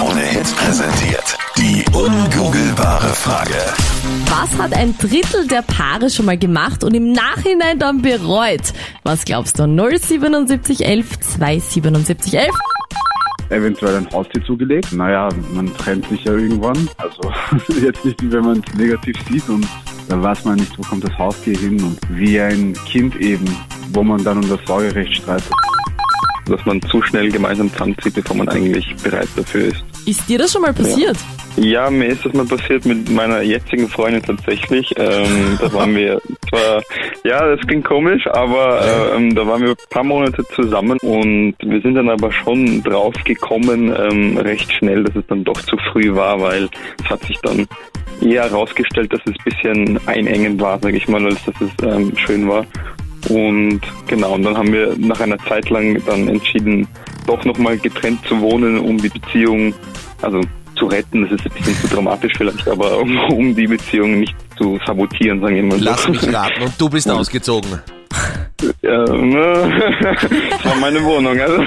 Krone-Hit präsentiert. Die ungoogelbare Frage. Was hat ein Drittel der Paare schon mal gemacht und im Nachhinein dann bereut? Was glaubst du? 07711 27711? Eventuell ein Haustier zugelegt. Naja, man trennt sich ja irgendwann. Also jetzt nicht, wenn man es negativ sieht und da weiß man nicht, wo kommt das Haustier hin und wie ein Kind eben, wo man dann um das Sorgerecht streitet. Dass man zu schnell gemeinsam zusammenzieht, bevor man eigentlich bereit dafür ist. Ist dir das schon mal passiert? Ja, mir ist das mal passiert mit meiner jetzigen Freundin tatsächlich. Da waren wir zwar, ja, das klingt komisch, aber da waren wir ein paar Monate zusammen und wir sind dann aber schon drauf gekommen, recht schnell, dass es dann doch zu früh war, weil es hat sich dann eher herausgestellt, dass es ein bisschen einengend war, sage ich mal, als dass es schön war. Und genau, und dann haben wir nach einer Zeit lang dann entschieden, doch nochmal getrennt zu wohnen, um die Beziehung, also zu retten. Das ist ein bisschen zu dramatisch vielleicht, aber um die Beziehung nicht zu sabotieren, sagen wir mal so. Lass mich raten, und du bist ausgezogen. Ja, das war meine Wohnung. Also.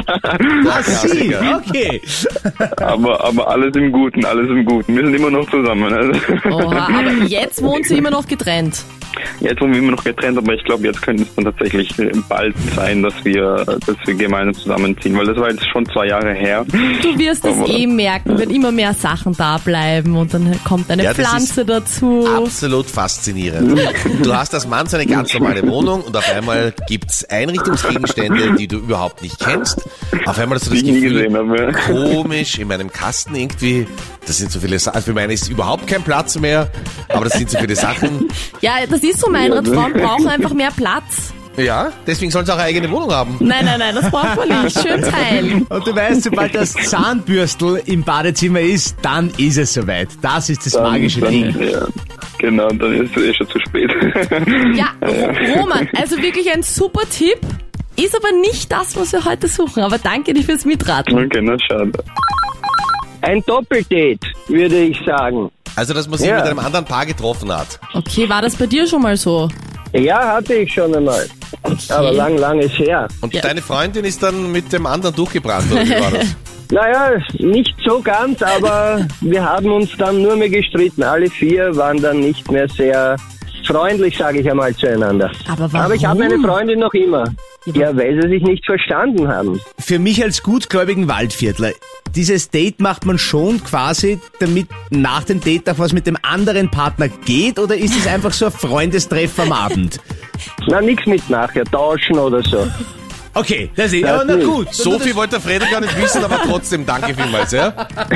Okay. Aber alles im Guten, alles im Guten. Wir sind immer noch zusammen. Also. Oha, aber jetzt wohnt sie immer noch getrennt. Jetzt wohnen wir immer noch getrennt, aber ich glaube, jetzt könnte es dann tatsächlich bald sein, dass wir gemeinsam zusammenziehen, weil das war jetzt schon 2 Jahre her. Du wirst es merken, wenn immer mehr Sachen da bleiben und dann kommt eine Pflanze dazu. Absolut faszinierend. Du hast als Mann so eine ganz normale Wohnung und auf einmal gibt's Einrichtungsgegenstände, die du überhaupt nicht kennst. Auf einmal hast du das Gefühl, komisch, in meinem Kasten irgendwie, das sind so viele Sachen. Für meine ist überhaupt kein Platz mehr, aber das sind so viele Sachen. Ja, das ist so, Meinrad, Frauen brauchen einfach mehr Platz. Ja, deswegen sollen sie auch eine eigene Wohnung haben. Nein, das braucht man nicht. Schön teilen. Und du weißt, sobald das Zahnbürstel im Badezimmer ist, dann ist es soweit. Das ist das magische Ding. Ja, genau, dann ist es schon zu spät. Ja, Roman, also wirklich ein super Tipp. Ist aber nicht das, was wir heute suchen. Aber danke dir fürs Mitraten. Okay, na schade. Ein Doppeldate, würde ich sagen. Also, dass man sich mit einem anderen Paar getroffen hat. Okay, war das bei dir schon mal so? Ja, hatte ich schon einmal. Okay. Aber lang ist her. Und deine Freundin ist dann mit dem anderen durchgebrannt, oder wie war das? Naja, nicht so ganz, aber wir haben uns dann nur mehr gestritten. Alle 4 waren dann nicht mehr sehr freundlich, sage ich einmal, zueinander. Aber warum? Aber ich habe meine Freundin noch immer. Ja, weil sie sich nicht verstanden haben. Für mich als gutgläubigen Waldviertler, dieses Date macht man schon quasi, damit nach dem Date auch was mit dem anderen Partner geht, oder ist es einfach so ein Freundestreff am Abend? Na, nichts mit nachher, tauschen oder so. Okay, das ist ja, na gut. So viel wollte der Frederik gar nicht wissen, aber trotzdem danke vielmals, ja?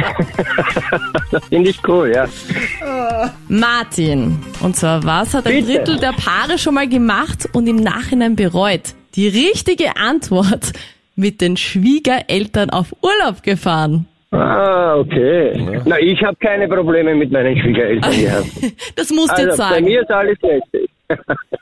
Das finde ich cool, ja. Martin, und zwar, was hat ein Drittel der Paare schon mal gemacht und im Nachhinein bereut? Die richtige Antwort: mit den Schwiegereltern auf Urlaub gefahren. Ah, okay. Ja. Na, ich habe keine Probleme mit meinen Schwiegereltern gehabt. Das musst du jetzt sagen. Bei mir ist alles richtig.